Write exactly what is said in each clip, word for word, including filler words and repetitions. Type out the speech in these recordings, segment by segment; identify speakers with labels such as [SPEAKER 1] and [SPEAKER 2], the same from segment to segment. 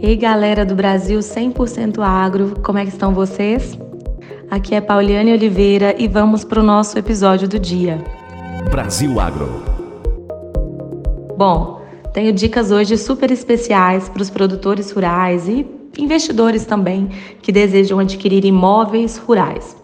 [SPEAKER 1] Ei galera do Brasil cem por cento Agro, como é que estão vocês? Aqui é Pauliane Oliveira e vamos para o nosso episódio do dia.
[SPEAKER 2] Brasil Agro.
[SPEAKER 1] Bom, tenho dicas hoje super especiais para os produtores rurais e investidores também que desejam adquirir imóveis rurais.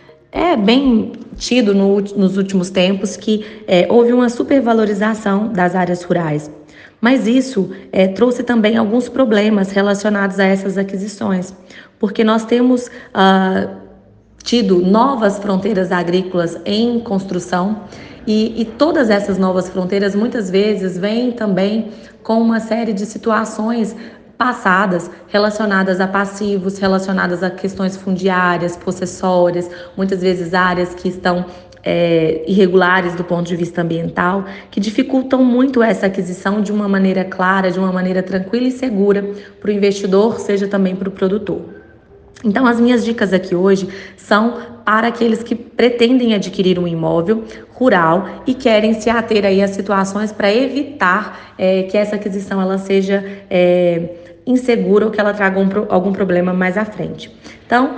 [SPEAKER 1] É bem tido no, nos últimos tempos que é, houve uma supervalorização das áreas rurais. Mas isso é, trouxe também alguns problemas relacionados a essas aquisições, porque nós temos ah, tido novas fronteiras agrícolas em construção e, e todas essas novas fronteiras muitas vezes vêm também com uma série de situações passadas relacionadas a passivos, relacionadas a questões fundiárias, possessórias, muitas vezes áreas que estão É, irregulares do ponto de vista ambiental, que dificultam muito essa aquisição de uma maneira clara, de uma maneira tranquila e segura para o investidor, seja também para o produtor. Então, as minhas dicas aqui hoje são para aqueles que pretendem adquirir um imóvel rural e querem se ater aí a situações para evitar é, que essa aquisição ela seja é, insegura ou que ela traga um, algum problema mais à frente. Então,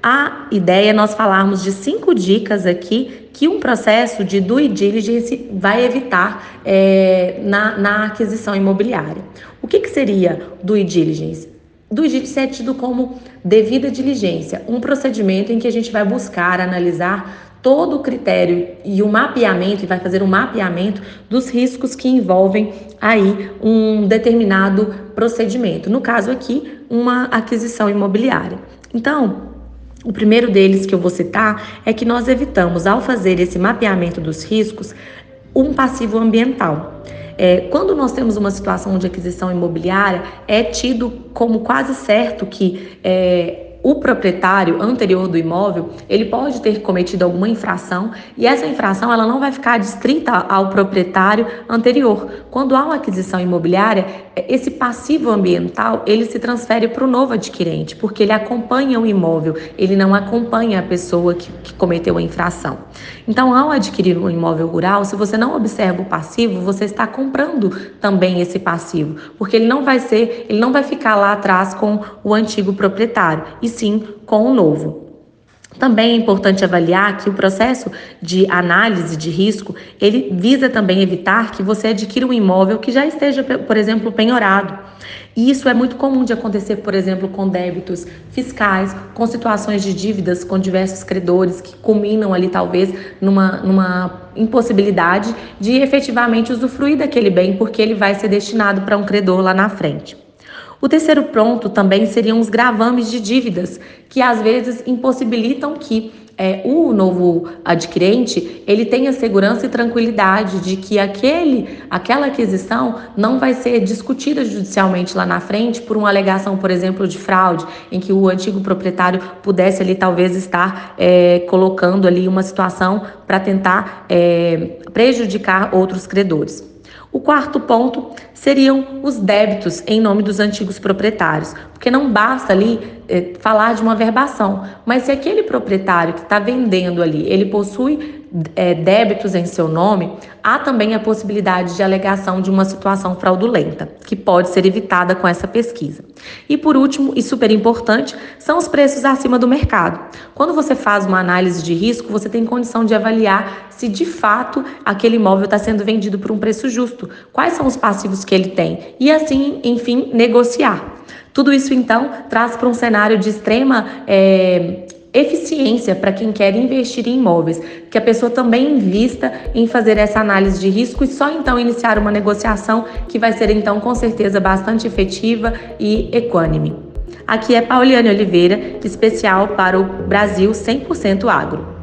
[SPEAKER 1] a ideia é nós falarmos de cinco dicas aqui que um processo de due diligence vai evitar é, na, na aquisição imobiliária. O que, que seria due diligence? Due diligence é tido como devida diligência, um procedimento em que a gente vai buscar, analisar todo o critério e o mapeamento, e vai fazer um mapeamento dos riscos que envolvem aí um determinado procedimento. No caso aqui, uma aquisição imobiliária. Então, o primeiro deles que eu vou citar é que nós evitamos, ao fazer esse mapeamento dos riscos, um passivo ambiental. É, quando nós temos uma situação de aquisição imobiliária, é tido como quase certo que é, o proprietário anterior do imóvel, ele pode ter cometido alguma infração e essa infração ela não vai ficar distrita ao proprietário anterior. Quando há uma aquisição imobiliária, esse passivo ambiental, ele se transfere para o novo adquirente, porque ele acompanha o imóvel, ele não acompanha a pessoa que, que cometeu a infração. Então, ao adquirir um imóvel rural, se você não observa o passivo, você está comprando também esse passivo, porque ele não vai ser, ele não vai ficar lá atrás com o antigo proprietário, e sim com o novo. Também é importante avaliar que o processo de análise de risco, ele visa também evitar que você adquira um imóvel que já esteja, por exemplo, penhorado. E isso é muito comum de acontecer, por exemplo, com débitos fiscais, com situações de dívidas com diversos credores que culminam ali talvez numa, numa impossibilidade de efetivamente usufruir daquele bem porque ele vai ser destinado para um credor lá na frente. O terceiro ponto também seriam os gravames de dívidas, que às vezes impossibilitam que é, o novo adquirente ele tenha segurança e tranquilidade de que aquele, aquela aquisição não vai ser discutida judicialmente lá na frente por uma alegação, por exemplo, de fraude, em que o antigo proprietário pudesse ali talvez estar é, colocando ali uma situação para tentar é, prejudicar outros credores. O quarto ponto seriam os débitos em nome dos antigos proprietários, porque não basta ali é, falar de uma verbação, mas se aquele proprietário que está vendendo ali, ele possui é, débitos em seu nome, há também a possibilidade de alegação de uma situação fraudulenta, que pode ser evitada com essa pesquisa. E por último, e super importante, são os preços acima do mercado. Quando você faz uma análise de risco, você tem condição de avaliar se de fato aquele imóvel está sendo vendido por um preço justo, quais são os passivos que ele tem e assim, enfim, negociar. Tudo isso então traz para um cenário de extrema é, eficiência para quem quer investir em imóveis, que a pessoa também invista em fazer essa análise de risco e só então iniciar uma negociação que vai ser então com certeza bastante efetiva e equânime. Aqui é Pauliane Oliveira, especial para o Brasil cem por cento Agro.